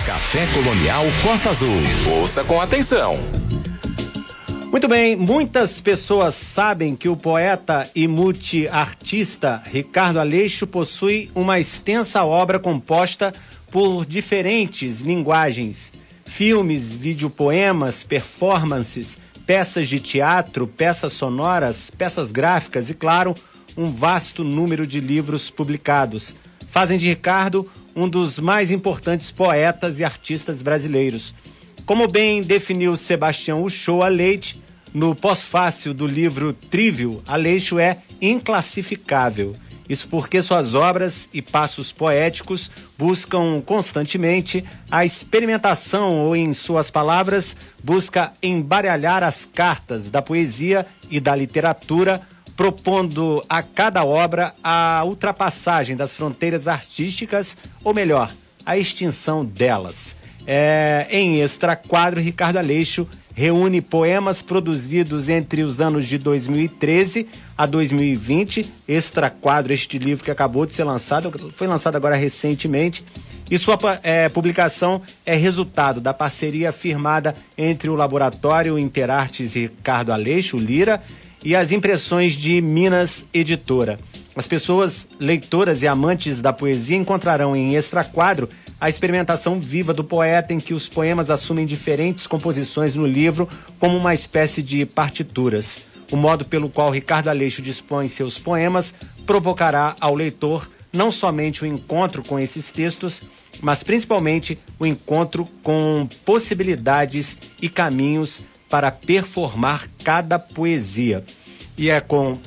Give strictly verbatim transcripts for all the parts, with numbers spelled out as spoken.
Café Colonial Costa Azul. Ouça com atenção. Muito bem, muitas pessoas sabem que o poeta e multiartista Ricardo Aleixo possui uma extensa obra composta por diferentes linguagens: filmes, videopoemas, performances, peças de teatro, peças sonoras, peças gráficas e, claro, um vasto número de livros publicados. Fazem de Ricardo um dos mais importantes poetas e artistas brasileiros. Como bem definiu Sebastião Uchoa Leite, no pós-fácil do livro Trívio, Aleixo é inclassificável. Isso porque suas obras e passos poéticos buscam constantemente a experimentação, ou, em suas palavras, busca embaralhar as cartas da poesia e da literatura, propondo a cada obra a ultrapassagem das fronteiras artísticas, ou melhor, a extinção delas. É, em Extra Quadro, Ricardo Aleixo reúne poemas produzidos entre os anos de dois mil e treze a dois mil e vinte. Extra Quadro, este livro que acabou de ser lançado, foi lançado agora recentemente, e sua é, publicação é resultado da parceria firmada entre o Laboratório Interartes Ricardo Aleixo, Lira, e as impressões de Minas Editora. As pessoas leitoras e amantes da poesia encontrarão em Extra Quadro a experimentação viva do poeta, em que os poemas assumem diferentes composições no livro como uma espécie de partituras. O modo pelo qual Ricardo Aleixo dispõe seus poemas provocará ao leitor não somente o encontro com esses textos, mas principalmente o encontro com possibilidades e caminhos para performar cada poesia. E é com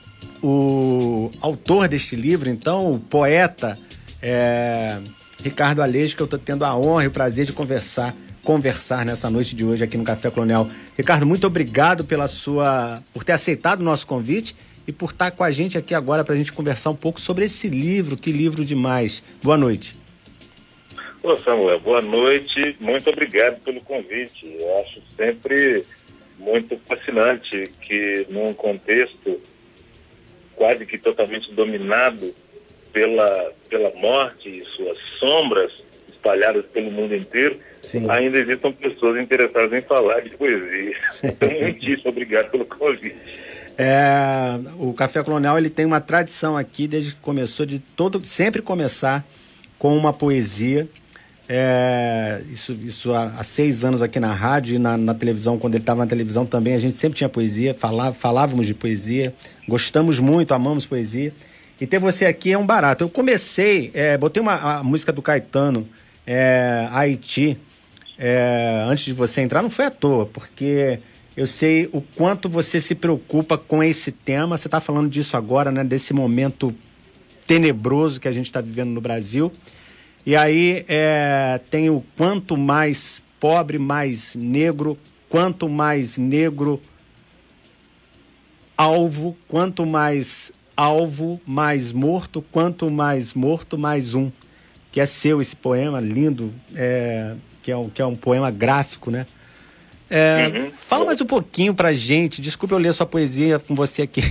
o autor deste livro, então, o poeta é, Ricardo Aleixo, que eu estou tendo a honra e o prazer de conversar, conversar nessa noite de hoje aqui no Café Colonial. Ricardo, muito obrigado pela sua, por ter aceitado o nosso convite e por estar com a gente aqui agora para a gente conversar um pouco sobre esse livro. Que livro demais. Boa noite. Ô Samuel, boa noite, muito obrigado pelo convite. Eu acho sempre muito fascinante que num contexto quase que totalmente dominado pela, pela morte e suas sombras espalhadas pelo mundo inteiro, sim, ainda existam pessoas interessadas em falar de poesia. Então, muitíssimo obrigado pelo convite. É, o Café Colonial, ele tem uma tradição aqui desde que começou, de todo, sempre começar com uma poesia. É, isso isso há, há seis anos aqui na rádio e na, na televisão. Quando ele estava na televisão também, a gente sempre tinha poesia, falava, falávamos de poesia, gostamos muito, amamos poesia. E ter você aqui é um barato. Eu comecei, é, botei uma a música do Caetano, é, Haiti, é, antes de você entrar, não foi à toa, porque eu sei o quanto você se preocupa com esse tema. Você está falando disso agora, né, desse momento tenebroso que a gente está vivendo no Brasil. E aí é, tem o quanto mais pobre, mais negro, quanto mais negro, alvo, quanto mais alvo, mais morto, quanto mais morto, mais um. Que é seu esse poema lindo, é, que, é um, que é um poema gráfico, né? É, uhum. Fala mais um pouquinho pra gente. Desculpa eu ler sua poesia com você aqui.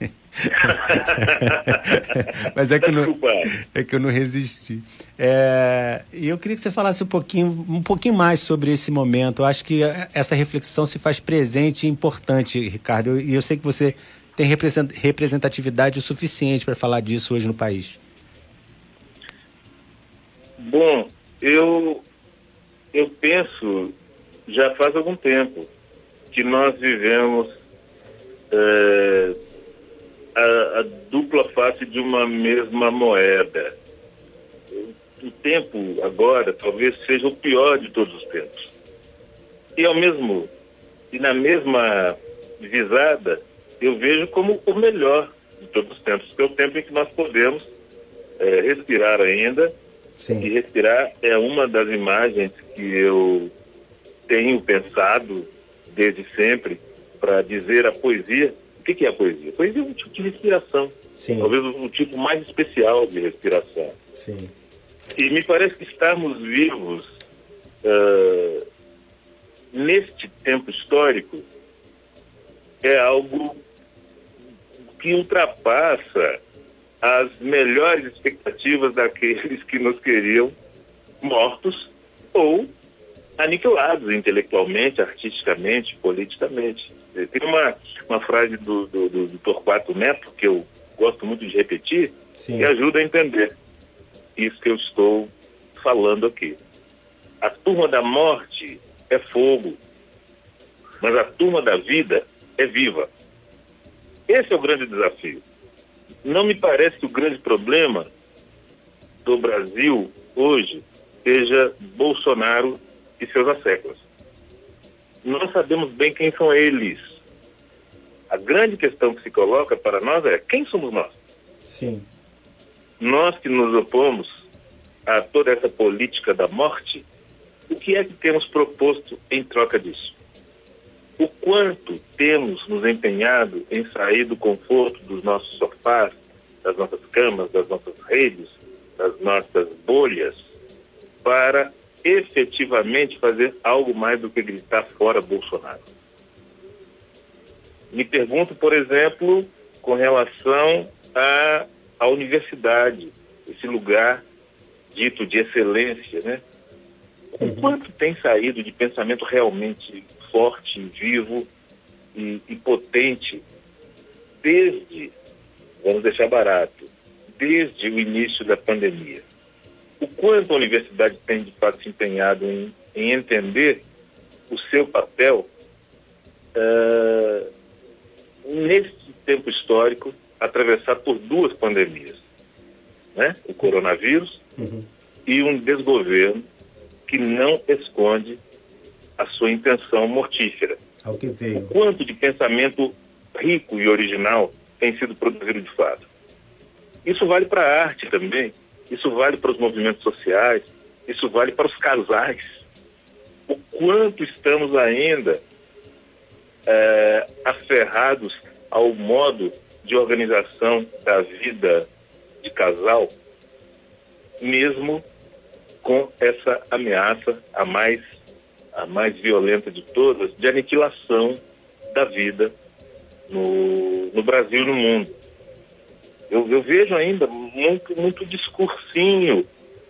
Mas é que, eu não, é que eu não resisti. É, e eu queria que você falasse um pouquinho, um pouquinho mais sobre esse momento. Eu acho que essa reflexão se faz presente e importante, Ricardo. E eu, eu sei que você tem representatividade o suficiente para falar disso hoje no país. Bom, eu, eu penso, já faz algum tempo, que nós vivemos é, a, a dupla face de uma mesma moeda. O tempo agora talvez seja o pior de todos os tempos. E ao mesmo, e na mesma visada, eu vejo como o melhor de todos os tempos, que é o tempo em que nós podemos é, respirar ainda. Sim. E respirar é uma das imagens que eu tenho pensado desde sempre para dizer a poesia. O que, que é a poesia? A poesia é um tipo de respiração. Sim. Talvez o tipo mais especial de respiração. Sim. E me parece que estarmos vivos uh, neste tempo histórico é algo que ultrapassa as melhores expectativas daqueles que nos queriam mortos ou aniquilados intelectualmente, artisticamente, politicamente. Tem uma, uma frase do, do, do, do Torquato Neto, que eu gosto muito de repetir, Sim. que ajuda a entender isso que eu estou falando aqui. A turma da morte é fogo, mas a turma da vida é viva. Esse é o grande desafio. Não me parece que o grande problema do Brasil hoje seja Bolsonaro e seus asseclas. Nós sabemos bem quem são eles. A grande questão que se coloca para nós é: quem somos nós? Sim. Nós que nos opomos a toda essa política da morte, o que é que temos proposto em troca disso? O quanto temos nos empenhado em sair do conforto dos nossos sofás, das nossas camas, das nossas redes, das nossas bolhas, para efetivamente fazer algo mais do que gritar fora Bolsonaro. Me pergunto, por exemplo, com relação à, à universidade, esse lugar dito de excelência, né? O uhum. quanto tem saído de pensamento realmente forte, vivo e, e potente desde, vamos deixar barato, desde o início da pandemia. O quanto a universidade tem de fato se empenhado em, em entender o seu papel uh, nesse tempo histórico, atravessado por duas pandemias, né? O coronavírus uhum. e um desgoverno que não esconde a sua intenção mortífera. Ao que veio. O quanto de pensamento rico e original tem sido produzido de fato. Isso vale para a arte também, isso vale para os movimentos sociais, isso vale para os casais. O quanto estamos ainda é, aferrados ao modo de organização da vida de casal, mesmo com essa ameaça, a mais, a mais violenta de todas, de aniquilação da vida no, no Brasil e no mundo. Eu, eu vejo ainda muito, muito discursinho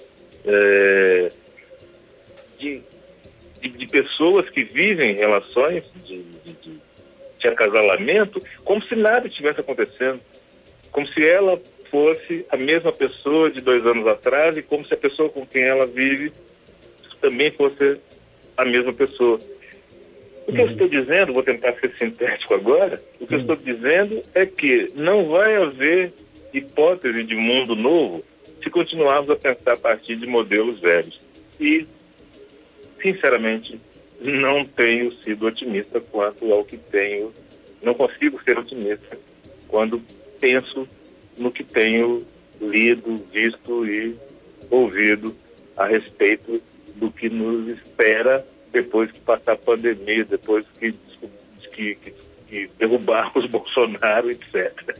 é, de, de, de pessoas que vivem relações de, de, de, de acasalamento como se nada estivesse acontecendo, como se ela fosse a mesma pessoa de dois anos atrás e como se a pessoa com quem ela vive também fosse a mesma pessoa. O que uhum. eu estou dizendo, vou tentar ser sintético agora, o que uhum. eu estou dizendo é que não vai haver hipótese de mundo novo se continuarmos a pensar a partir de modelos velhos. E, sinceramente, não tenho sido otimista quanto ao que tenho, não consigo ser otimista quando penso no que tenho lido, visto e ouvido a respeito do que nos espera depois que passar a pandemia, depois que, que, que, que derrubarmos Bolsonaro, etcétera.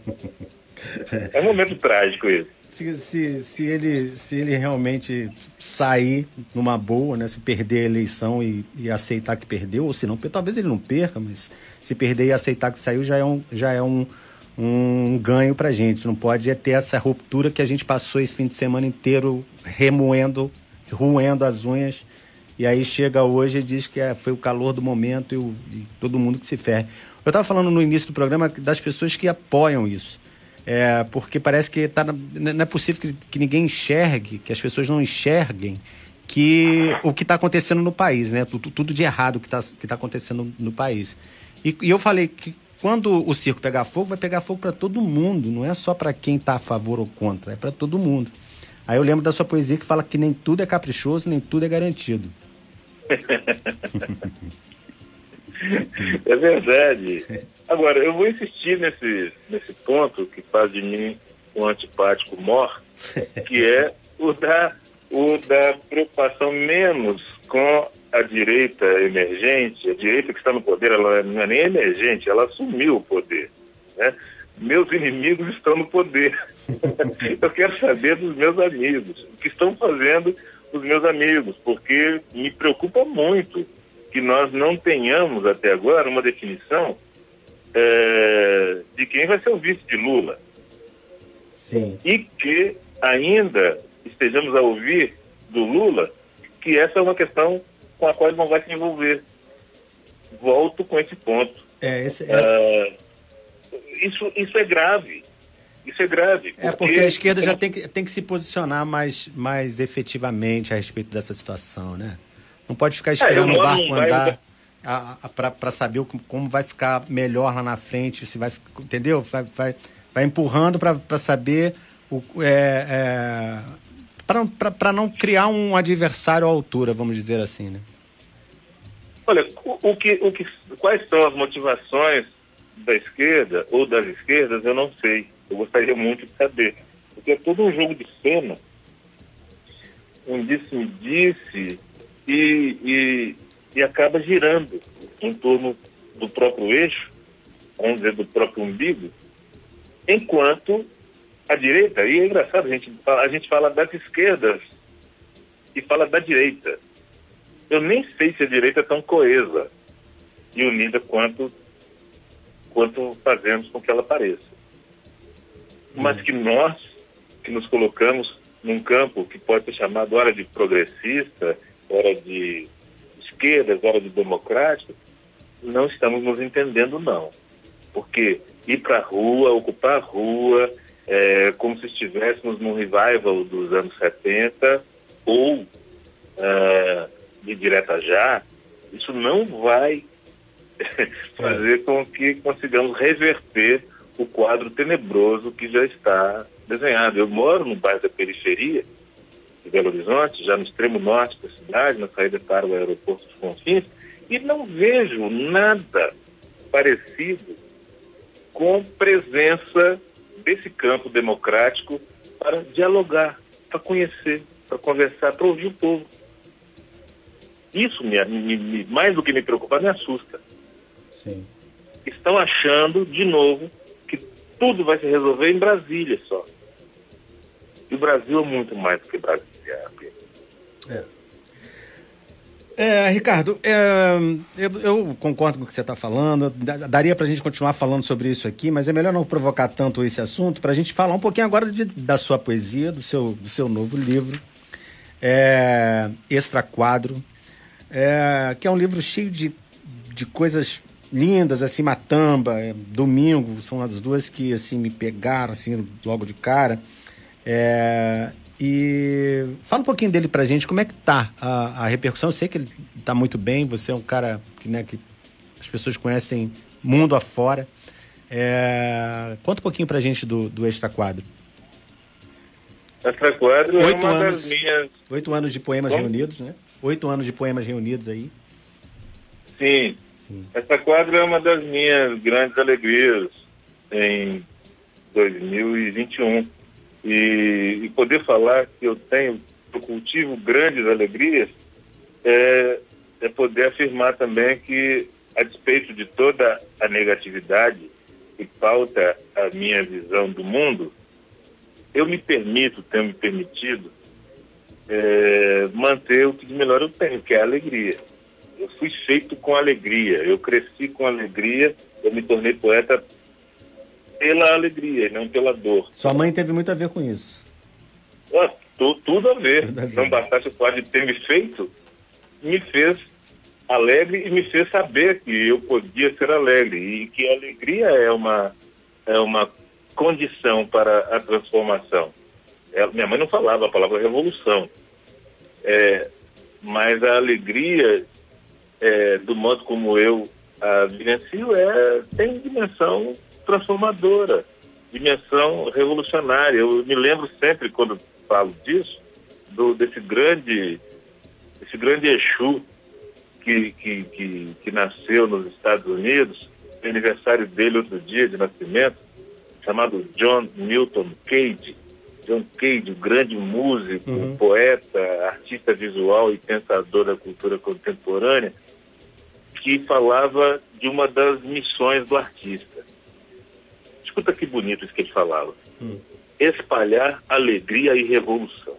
É um momento trágico esse. Se, se, se, ele, se ele realmente sair numa boa, né, se perder a eleição e, e aceitar que perdeu, ou se não, talvez ele não perca, mas se perder e aceitar que saiu já é um, já é um, um ganho pra gente. Não pode é ter essa ruptura que a gente passou esse fim de semana inteiro remoendo, roendo as unhas, e aí chega hoje e diz que é, foi o calor do momento e, o, e todo mundo que se ferre. Eu estava falando no início do programa das pessoas que apoiam isso. É, porque parece que tá, não é possível que, que ninguém enxergue, que as pessoas não enxerguem que, o que está acontecendo no país, né? Tudo, tudo de errado que está que tá acontecendo no país. E, e eu falei que quando o circo pegar fogo, vai pegar fogo para todo mundo, não é só para quem está a favor ou contra, é para todo mundo. Aí eu lembro da sua poesia que fala que nem tudo é caprichoso, nem tudo é garantido. É verdade. Agora, eu vou insistir nesse, nesse ponto que faz de mim um antipático mor, que é o da, o da preocupação menos com a direita emergente. A direita que está no poder, ela não é nem emergente, ela assumiu o poder, né? Meus inimigos estão no poder. Eu quero saber dos meus amigos, o que estão fazendo os meus amigos, porque me preocupa muito que nós não tenhamos até agora uma definição é, de quem vai ser o vice de Lula. Sim. E que ainda estejamos a ouvir do Lula que essa é uma questão com a qual ele não vai se envolver. Volto com esse ponto. É, esse, essa... uh, isso, isso é grave. Isso é grave. É, porque, porque a esquerda já tem que, tem que se posicionar mais, mais efetivamente a respeito dessa situação, né? Não pode ficar esperando é, o barco andar para saber como, como vai ficar melhor lá na frente, se vai, entendeu? Vai, vai, vai empurrando para saber o, é, é, para não criar um adversário à altura, vamos dizer assim, né? Olha, o, o que, o que, quais são as motivações da esquerda ou das esquerdas, eu não sei. Eu gostaria muito de saber. Porque é todo um jogo de cena, um disse-me-disse, e, e, e acaba girando em torno do próprio eixo, vamos dizer, do próprio umbigo, enquanto a direita, e é engraçado, a gente fala, a gente fala das esquerdas e fala da direita. Eu nem sei se a direita é tão coesa e unida quanto, quanto fazemos com que ela pareça. Mas que nós, que nos colocamos num campo que pode ser chamado hora de progressista, hora de esquerda, hora de democrático, não estamos nos entendendo, não. Porque ir para a rua, ocupar a rua, é, como se estivéssemos num revival dos anos setenta, ou é, de direta já, isso não vai fazer com que consigamos reverter o quadro tenebroso que já está desenhado. Eu moro no bairro da periferia de Belo Horizonte, já no extremo norte da cidade, na saída para o aeroporto dos Confins, e não vejo nada parecido com presença desse campo democrático para dialogar, para conhecer, para conversar, para ouvir o povo. Isso, me, me, me, mais do que me preocupar, me assusta. Sim. Estão achando, de novo, que tudo vai se resolver em Brasília só. E o Brasil é muito mais do que Brasília. É. É, Ricardo, é, eu, eu concordo com o que você está falando, daria para a gente continuar falando sobre isso aqui, mas é melhor não provocar tanto esse assunto, para a gente falar um pouquinho agora de, da sua poesia, do seu, do seu novo livro, é, Extra Quadro, é, que é um livro cheio de, de coisas lindas, assim, Matamba, é, Domingo, são as duas que, assim, me pegaram, assim, logo de cara. É, e fala um pouquinho dele pra gente, como é que tá a, a repercussão? Eu sei que ele tá muito bem, você é um cara que, né, que as pessoas conhecem mundo afora. É, conta um pouquinho pra gente do, do Extra Quadro. Extra Quadro é oito uma anos, das minhas... Oito anos de poemas Como? reunidos, né? Oito anos de poemas reunidos aí. Sim. Sim. Essa quadra é uma das minhas grandes alegrias em dois mil e vinte e um. E, e poder falar que eu tenho, eu cultivo grandes alegrias, é, é poder afirmar também que, a despeito de toda a negatividade que pauta a minha visão do mundo, eu me permito, tenho me permitido, é, manter o que de melhor eu tenho, que é a alegria. Eu fui feito com alegria, eu cresci com alegria, eu me tornei poeta pela alegria e não pela dor. Sua mãe teve muito a ver com isso. Ah, tu, tudo a ver. Tudo a ver. Não bastasse o fato de ter me feito, me fez alegre e me fez saber que eu podia ser alegre e que a alegria é uma, é uma condição para a transformação. É, minha mãe não falava a palavra revolução, é, mas a alegria, é, do modo como eu a vivencio, é, tem dimensão transformadora, dimensão revolucionária. Eu me lembro sempre, quando falo disso, do, desse grande esse grande Exu que, que, que, que nasceu nos Estados Unidos, o aniversário dele outro dia de nascimento, chamado John Milton Cage. John Cage, o grande músico, uhum. poeta, artista visual e pensador da cultura contemporânea, que falava de uma das missões do artista. Escuta que bonito isso que ele falava. Hum. Espalhar alegria e revolução.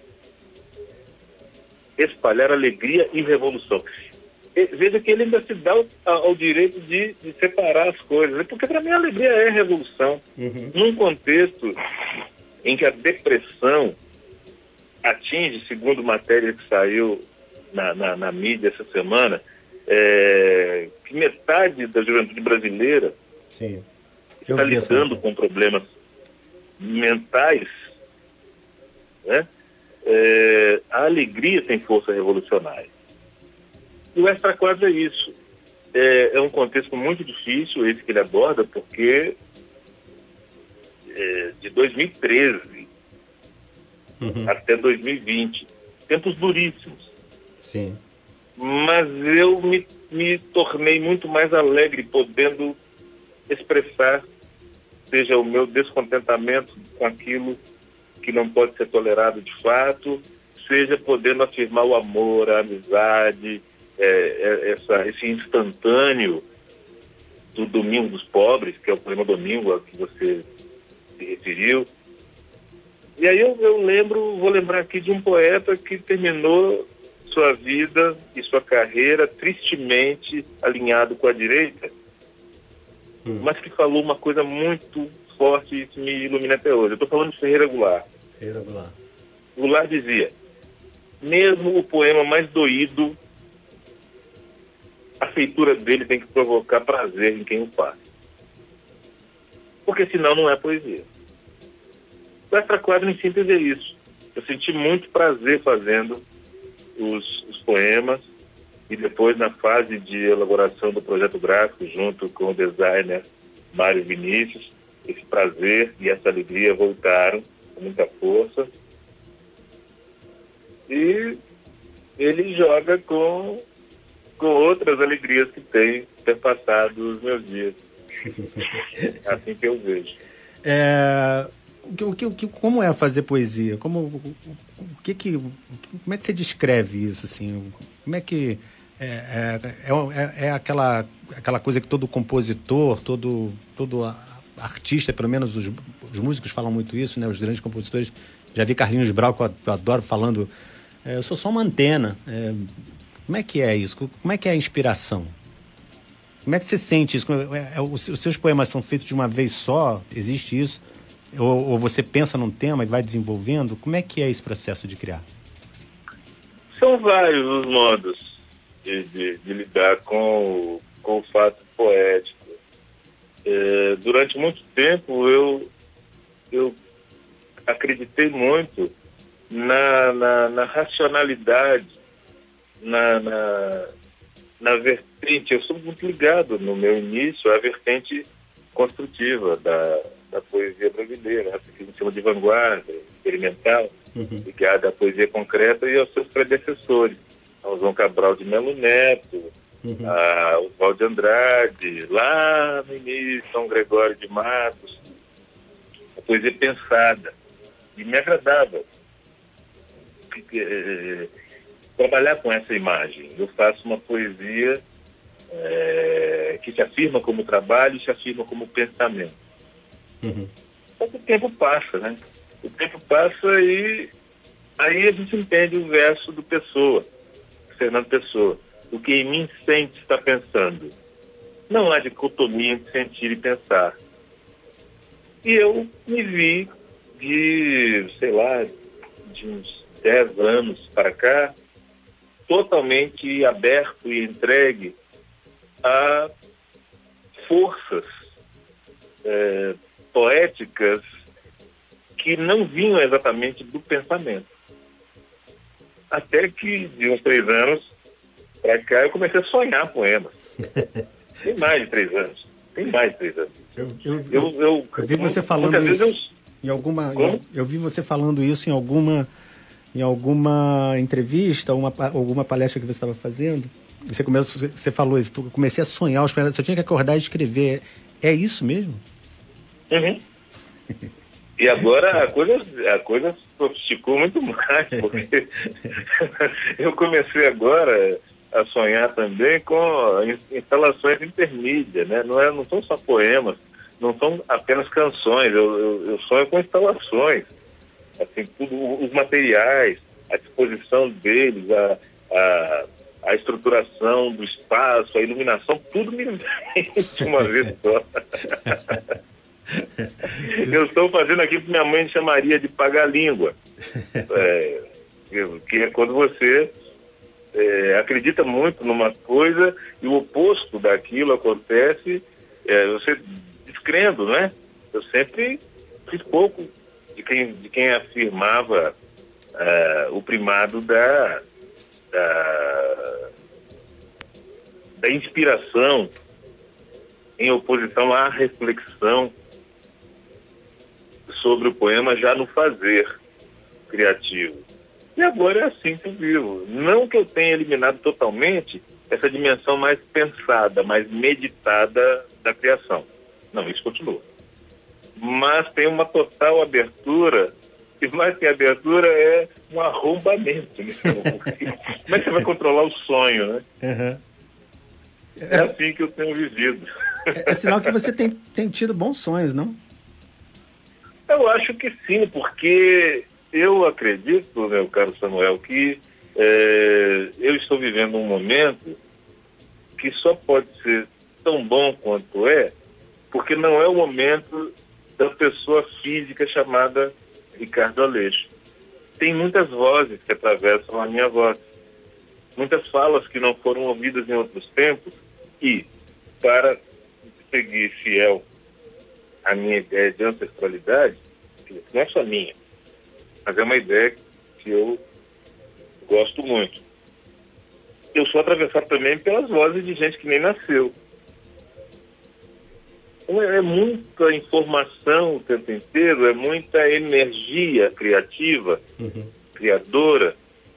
Espalhar alegria e revolução. E, veja que ele ainda se dá ao, ao direito de, de separar as coisas, porque para mim a alegria é revolução. Uhum. Num contexto em que a depressão atinge, segundo matéria que saiu na, na, na mídia essa semana, é, que metade da juventude brasileira Sim. está lidando com problemas mentais, né? É, a alegria tem força revolucionária. E o extra-quadro é isso. É, é um contexto muito difícil, esse que ele aborda, porque é, de dois mil e treze uhum. até dois mil e vinte, tempos duríssimos. Sim. Mas eu me, me tornei muito mais alegre podendo expressar, seja o meu descontentamento com aquilo que não pode ser tolerado de fato, seja podendo afirmar o amor, a amizade, é, é, essa, esse instantâneo do Domingo dos Pobres, que é o poema Domingo a que você se referiu. E aí eu, eu lembro, vou lembrar aqui de um poeta que terminou sua vida e sua carreira tristemente alinhado com a direita, hum. mas que falou uma coisa muito forte e que me ilumina até hoje. Eu estou falando de Ferreira Goulart. Ferreira Goulart. Goulart dizia: mesmo o poema mais doído, a feitura dele tem que provocar prazer em quem o faz. Porque senão não é poesia. O extra-quadro, em síntese, é isso. Eu senti muito prazer fazendo os, os poemas, e depois, na fase de elaboração do projeto gráfico, junto com o designer Mário Vinícius, esse prazer e essa alegria voltaram com muita força. E ele joga com, com outras alegrias que tem perpassado os meus dias. Assim que eu vejo. É, o que, o que, como é fazer poesia? Como, o, o que que, como é que você descreve isso? Assim? Como é que... É, é, é, é aquela, aquela coisa que todo compositor, todo, todo artista, pelo menos os, os músicos falam muito isso, né? Os grandes compositores. Já vi Carlinhos Brau, que eu adoro, falando... É, eu sou só uma antena. É, como é que é isso? Como é que é a inspiração? Como é que você sente isso? É, é, os, os seus poemas são feitos de uma vez só? Existe isso? Ou, ou você pensa num tema e vai desenvolvendo? Como é que é esse processo de criar? São vários os modos de, de, de lidar com o, com o fato poético. É, durante muito tempo eu, eu acreditei muito na, na, na racionalidade, na, na, na vertente. Eu sou muito ligado no meu início à vertente construtiva da, da poesia brasileira, essa que a gente chama de vanguarda, experimental, uhum. ligada à poesia concreta e aos seus predecessores, ao João Cabral de Melo Neto, uhum. ao Oswald Andrade, lá no início, São Gregório de Matos, a poesia pensada. E me agradava é, trabalhar com essa imagem. Eu faço uma poesia é, que se afirma como trabalho e se afirma como pensamento. Uhum. Só que o tempo passa, né? O tempo passa e aí a gente entende o verso do Pessoa, Fernando Pessoa. O que em mim sente está pensando. Não há dicotomia entre sentir e pensar. E eu me vi de, sei lá, de uns dez anos para cá, totalmente aberto e entregue a forças é, poéticas que não vinham exatamente do pensamento. Até que, de uns três anos para cá, eu comecei a sonhar poemas. Tem mais de três anos. Tem mais de três anos. Eu, eu, eu, eu, eu, eu vi você falando isso eu, em alguma... Eu, eu vi você falando isso em alguma... em alguma entrevista, uma, alguma palestra que você estava fazendo, você, começou, você falou isso, eu comecei a sonhar, você tinha que acordar e escrever. É isso mesmo? Uhum. E agora a coisa, a coisa sofisticou muito mais, porque eu comecei agora a sonhar também com instalações intermídias, né? Não, é, não são só poemas, não são apenas canções, eu, eu, eu sonho com instalações. Assim, tudo, os materiais, a disposição deles, a, a, a estruturação do espaço, a iluminação, tudo me vem de uma vez só. Eu estou fazendo aqui o que minha mãe chamaria de pagar-língua, é, que é quando você é, acredita muito numa coisa e o oposto daquilo acontece, é, você descrendo, né? Eu sempre fiz pouco de quem, de quem afirmava é, o primado da, da, da inspiração em oposição à reflexão sobre o poema já no fazer criativo. E agora é assim que eu vivo. Não que eu tenha eliminado totalmente essa dimensão mais pensada, mais meditada da criação. Não, isso continua. Mas tem uma total abertura, e mais que abertura é um arrombamento. Né? Como é que você vai controlar o sonho, né? Uhum. É, é assim que eu tenho vivido. É, é sinal que você tem, tem tido bons sonhos, não? Eu acho que sim, porque eu acredito, meu caro Samuel, que é, eu estou vivendo um momento que só pode ser tão bom quanto é, porque não é o momento da pessoa física chamada Ricardo Aleixo. Tem muitas vozes que atravessam a minha voz, muitas falas que não foram ouvidas em outros tempos, e para seguir fiel à minha ideia de ancestralidade, que não é só minha, mas é uma ideia que eu gosto muito. Eu sou atravessado também pelas vozes de gente que nem nasceu. Então é muita informação o tempo inteiro, é muita energia criativa, uhum. criadora,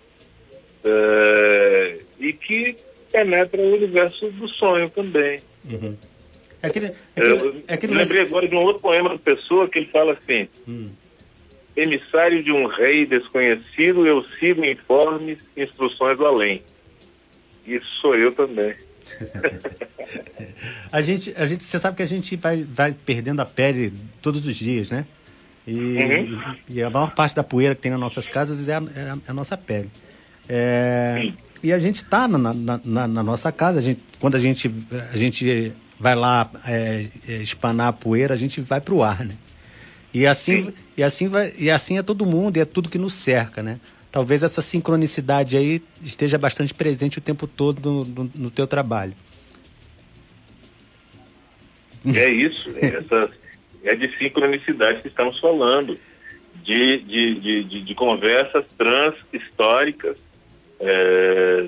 uh, e que penetra o universo do sonho também. Uhum. É aquele, é aquele, eu é aquele... lembrei agora de um outro poema do Pessoa que ele fala assim: hum. emissário de um rei desconhecido, eu sigo informes, instruções do além. Isso sou eu também. a gente, a gente, você sabe que a gente vai, vai perdendo a pele todos os dias, né? E, uhum. e, e a maior parte da poeira que tem nas nossas casas é a, é a, é a nossa pele. É, e a gente está na, na, na, na nossa casa, a gente, quando a gente, a gente vai lá é, é, espanar a poeira, a gente vai para o ar, né? E assim, e, assim vai, e assim é todo mundo, e é tudo que nos cerca, né? Talvez essa sincronicidade aí esteja bastante presente o tempo todo no, no, no teu trabalho. É isso, essa, é de sincronicidade que estamos falando, de, de, de, de, de conversas trans-históricas, é,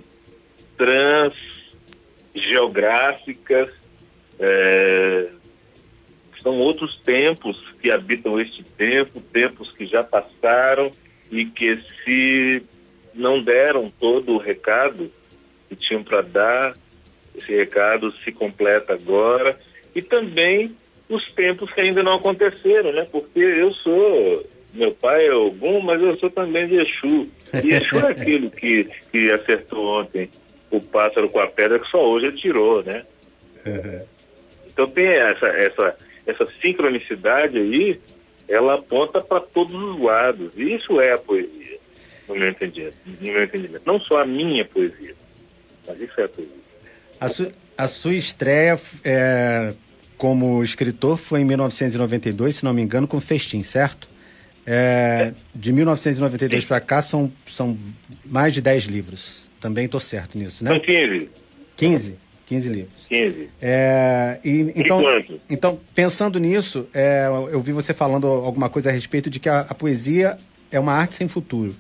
trans-geográficas, é, são outros tempos que habitam este tempo, tempos que já passaram e que, se não deram todo o recado que tinham para dar, esse recado se completa agora. E também os tempos que ainda não aconteceram, né? Porque eu sou, meu pai é Ogum, mas eu sou também de Exu. E Exu é aquele que, que acertou ontem o pássaro com a pedra que só hoje atirou, né? Uhum. Então tem essa, essa, essa sincronicidade aí, ela aponta para todos os lados. E isso é a poesia, no meu entendimento. No meu entendimento. Não só a minha poesia, mas isso é a poesia. A, su, a sua estreia é, como escritor foi em mil novecentos e noventa e dois, se não me engano, com Festim, certo? É, de mil novecentos e noventa e dois para cá são, são mais de dez livros. Também estou certo nisso, né? São quinze. quinze? quinze livros. quinze. É, e, então, então, pensando nisso, é, eu vi você falando alguma coisa a respeito de que a, a poesia é uma arte sem futuro.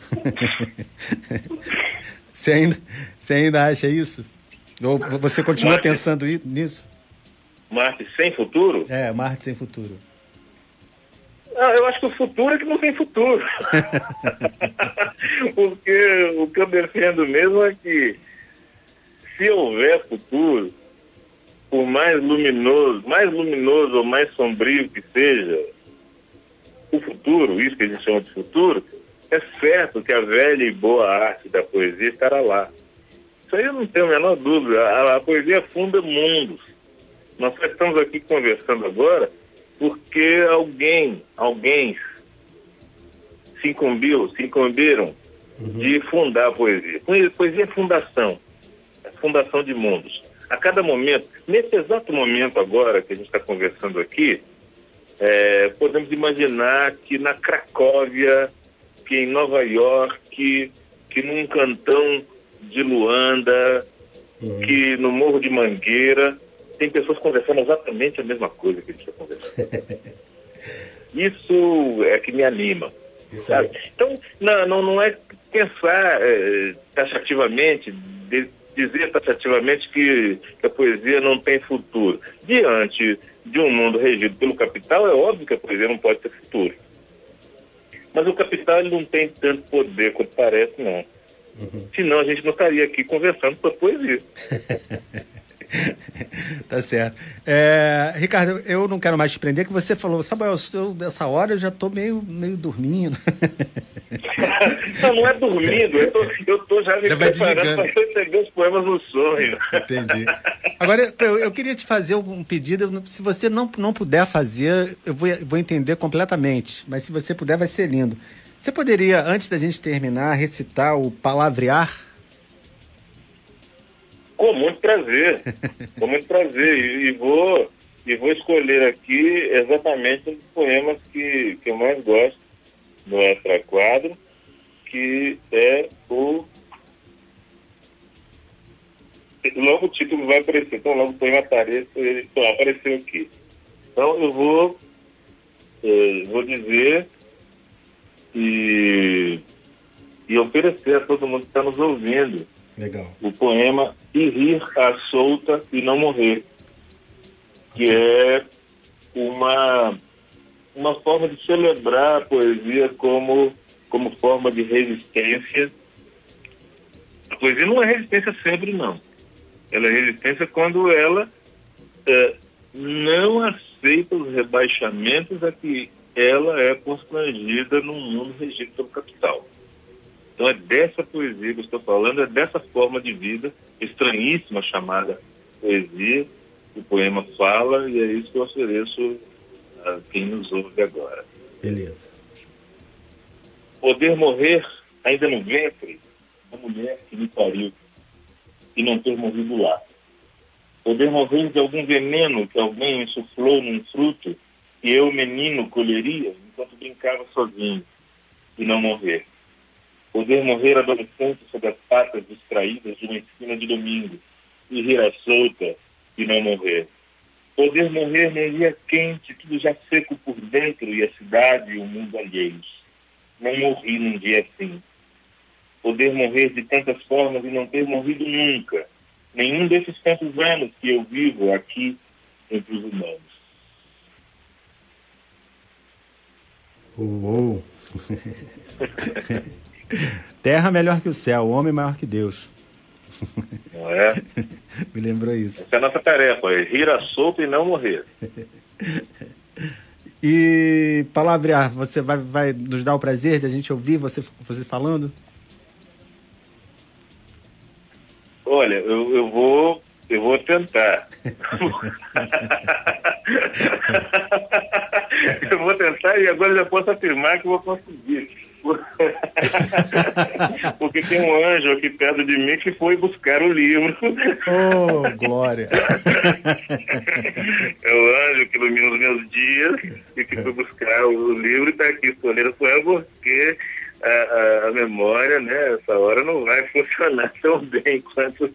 Você ainda, você ainda acha isso? Ou você continua uma pensando arte, nisso? Uma arte sem futuro? É, uma arte sem futuro. Ah, eu acho que o futuro é que não tem futuro. Porque o que eu defendo mesmo é que, se houver futuro, por mais luminoso, mais luminoso ou mais sombrio que seja o futuro, isso que a gente chama de futuro, é certo que a velha e boa arte da poesia estará lá. Isso aí eu não tenho a menor dúvida. A, a poesia funda mundos. Nós só estamos aqui conversando agora porque alguém, alguém se incumbiu, se incumbiram uhum. de fundar a poesia. Poesia é fundação. Fundação de mundos. A cada momento, nesse exato momento agora que a gente está conversando aqui, é, podemos imaginar que na Cracóvia, que em Nova York, que, que num cantão de Luanda, uhum. que no Morro de Mangueira tem pessoas conversando exatamente a mesma coisa que a gente está conversando. Isso é que me anima. Sabe? Então, não, não, não é pensar é, taxativamente, de, dizer taxativamente que, que a poesia não tem futuro. Diante de um mundo regido pelo capital, é óbvio que a poesia não pode ter futuro. Mas o capital ele não tem tanto poder quanto parece, não. Uhum. Senão a gente não estaria aqui conversando sobre poesia. Tá certo. É, Ricardo, eu não quero mais te prender, que você falou, sabe, eu, dessa hora eu já tô meio, meio dormindo. Não, não é dormindo, eu tô, eu tô já me já preparando para receber os poemas no sonho. Entendi. Agora, eu, eu queria te fazer um pedido, se você não, não puder fazer, eu vou, vou entender completamente, mas se você puder vai ser lindo. Você poderia, antes da gente terminar, recitar o palavrear? Com muito prazer, com muito prazer. E, e, vou, e vou escolher aqui exatamente os poemas que, que eu mais gosto no Extra Quadro, que é o... Logo o título vai aparecer, então logo o poema aparece, ele só apareceu aqui. Então eu vou, eu vou dizer e, e oferecer a todo mundo que está nos ouvindo. Legal. O poema E Rir à Solta e Não Morrer, que é uma, uma forma de celebrar a poesia como, como forma de resistência. A poesia não é resistência sempre, não. Ela é resistência quando ela é, não aceita os rebaixamentos a que ela é constrangida num mundo regido pelo capital. Então é dessa poesia que eu estou falando, é dessa forma de vida estranhíssima chamada poesia, o poema fala, e é isso que eu ofereço a quem nos ouve agora. Beleza. Poder morrer ainda no ventre da mulher que me pariu e não ter morrido lá. Poder morrer de algum veneno que alguém insuflou num fruto que eu, menino, colheria enquanto brincava sozinho e não morrer. Poder morrer adolescente sob as patas distraídas de uma esquina de domingo e rir à solta e não morrer. Poder morrer num dia quente, tudo já seco por dentro e a cidade e o mundo alheios. Não morri num dia assim. Poder morrer de tantas formas e não ter morrido nunca. Nenhum desses tantos anos que eu vivo aqui entre os humanos. Uou! Terra melhor que o céu, o homem maior que Deus. Não é? Me lembrou isso. Essa é a nossa tarefa, é rir à solta e não morrer. E palavrear, você vai, vai nos dar o prazer de a gente ouvir você, você falando? Olha, eu, eu vou eu vou tentar. Eu vou tentar e agora já posso afirmar que vou conseguir. Porque tem um anjo aqui perto de mim que foi buscar o livro. Oh, glória! É o anjo que ilumina os meus dias e que foi buscar o livro e está aqui escolhendo o poema porque a, a, a memória, né, essa hora não vai funcionar tão bem quanto...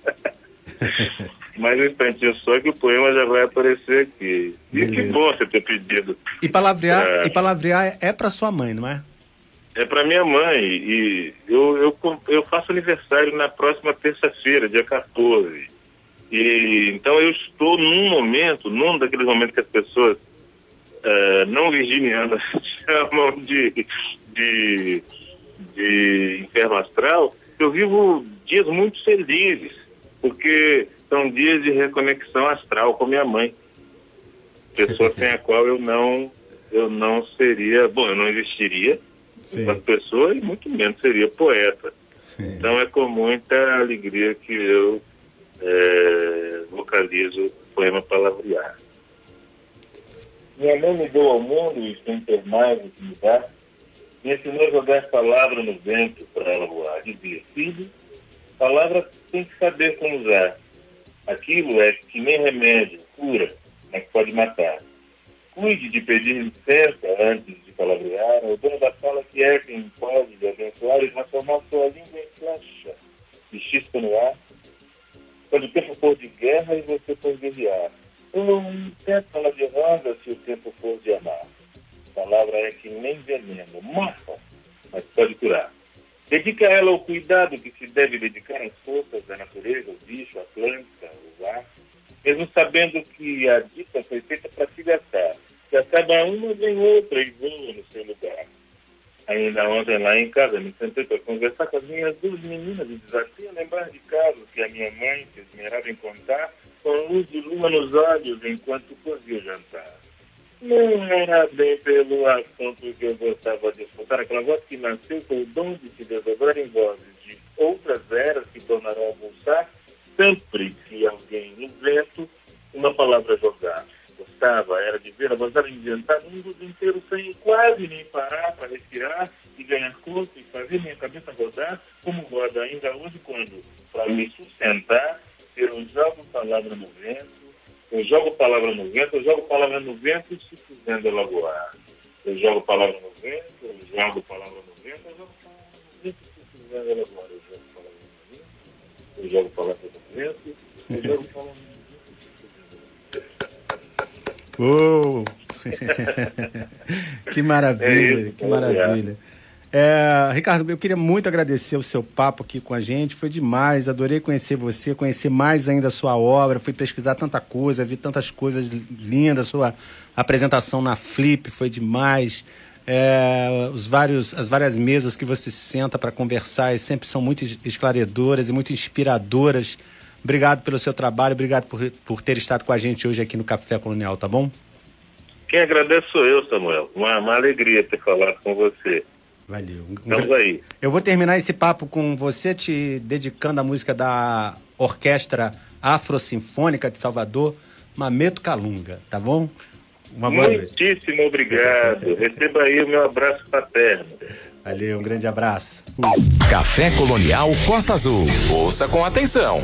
Mais um instantinho só que o poema já vai aparecer aqui. E que bom você ter pedido. E palavrear, pra... e palavrear é para sua mãe, não é? É para minha mãe. E eu, eu, eu faço aniversário na próxima terça-feira, dia quatorze. E, então eu estou num momento, num daqueles momentos que as pessoas uh, não virginianas chamam de, de, de inferno astral. Eu vivo dias muito felizes, porque são dias de reconexão astral com minha mãe, pessoa sem a qual eu não, eu não seria, bom, eu não existiria enquanto pessoa e muito menos seria poeta. Sim. Então é com muita alegria que eu é, vocalizo o poema Palavrear. Minha mãe me deu ao mundo e sem ter mais o que me dar, me ensinou a jogar palavras no vento para ela voar. Dizia, filho, palavra tem que saber como usar. Aquilo é que nem remédio, cura, mas pode matar. Cuide de pedir licença antes de palavrear. O dono da fala que é quem pode abençoar e transformar sua língua em flecha e chispa no ar. Quando o tempo for de guerra e você for guerrear. Um pétala de rosa se o tempo for de amar. A palavra é que nem veneno, morfa, mas pode curar. Dedica a ela o cuidado que se deve dedicar às forças da natureza, o bicho, a planta, o ar, mesmo sabendo que a dica foi feita para se gastar. Se acaba uma, vem outra e voa no seu lugar. Ainda ontem lá em casa me sentei para conversar com as minhas duas meninas e desafio a lembrar de casos que a minha mãe se esmerava em contar com luz de lua nos olhos enquanto fazia o jantar. Não era bem pelo assunto que eu gostava de escutar, aquela voz que nasceu com o dom de se desdobrar em vozes de outras eras que tornarão a pulsar sempre que alguém no vento uma palavra jogar. Gostava, era de ver a vontade de inventar mundos inteiros sem quase nem parar para respirar e ganhar corpo e fazer minha cabeça rodar como roda ainda hoje quando, para me sustentar, eu jogo palavra no vento, eu jogo palavra no vento, eu jogo palavra no vento se fazendo ela voar. Eu jogo palavra no vento, eu jogo palavra no vento, eu jogo palavra no vento se fazendo ela voar. Eu jogo palavra no vento, eu jogo palavra no vento. Oh. Que maravilha, é isso, que maravilha. É, Ricardo, eu queria muito agradecer o seu papo aqui com a gente, foi demais, adorei conhecer você, conhecer mais ainda a sua obra, fui pesquisar tanta coisa, vi tantas coisas lindas, sua apresentação na Flip foi demais, é, os vários, as várias mesas que você senta para conversar sempre são muito esclarecedoras e muito inspiradoras. Obrigado pelo seu trabalho, obrigado por, por ter estado com a gente hoje aqui no Café Colonial, tá bom? Quem agradece sou eu, Samuel. Uma, uma alegria ter falado com você. Valeu. Estamos aí. Eu vou terminar esse papo com você te dedicando a música da Orquestra Afro-Sinfônica de Salvador, Mameto Calunga, tá bom? Uma boa noite. Muitíssimo obrigado. Receba aí o meu abraço paterno. Valeu, um grande abraço. Café Colonial Costa Azul. Ouça com atenção.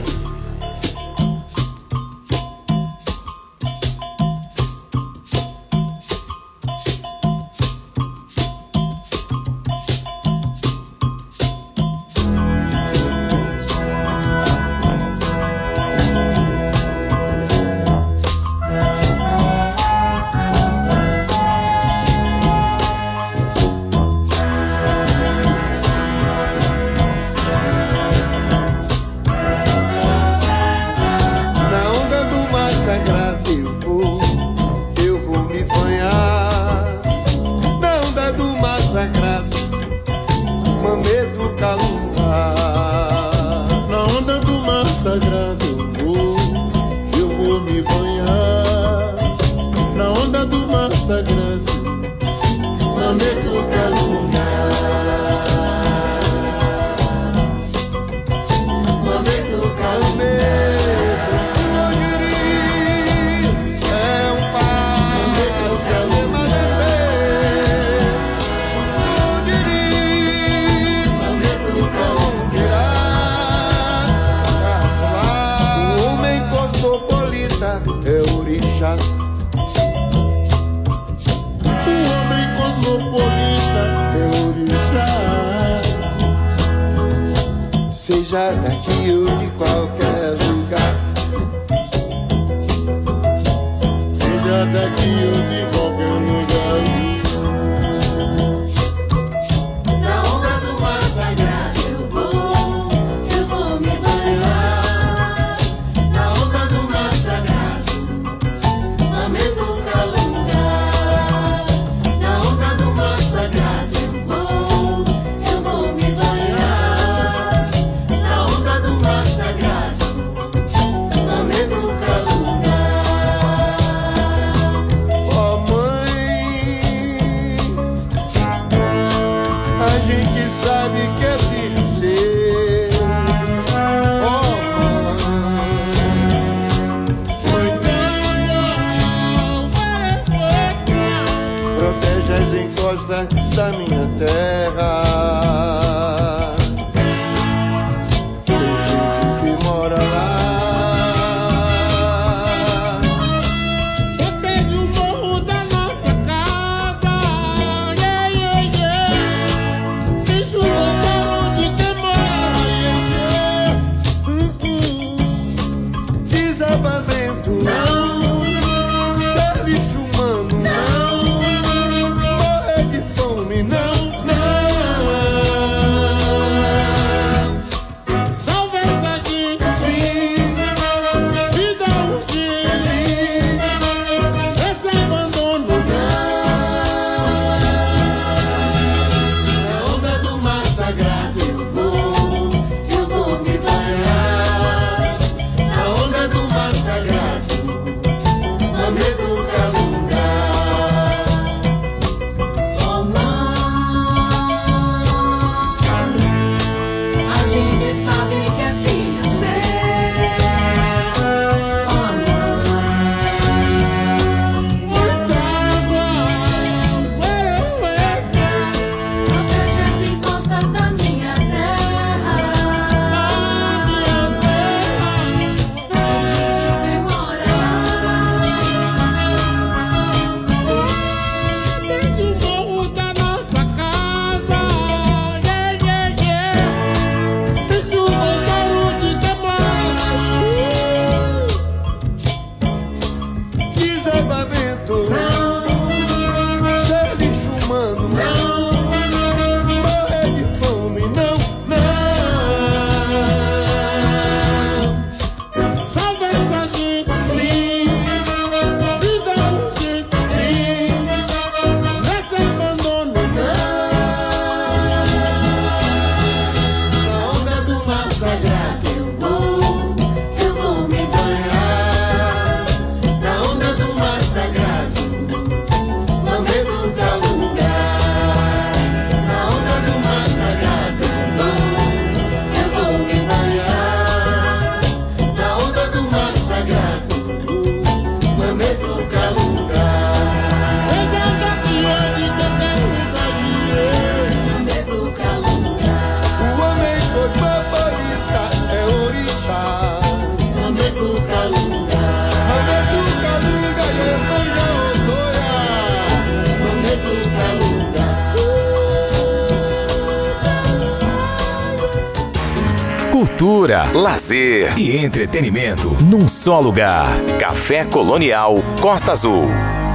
Seja daqui ou de qualquer lugar, seja daqui ou de qualquer lugar, na onda do mar sagrado eu vou, eu vou me banhar. Na onda do mar sagrado, Mameto Calunga. Na onda do mar sagrado eu vou, eu vou me banhar. Na onda do mar sagrado, Mameto Calunga. ó mãe, a gente sabe que é filho seu, ó mãe, protege as encostas da minha terra. Tem gente que mora cultura, lazer e entretenimento num só lugar. Café Colonial Costa Azul.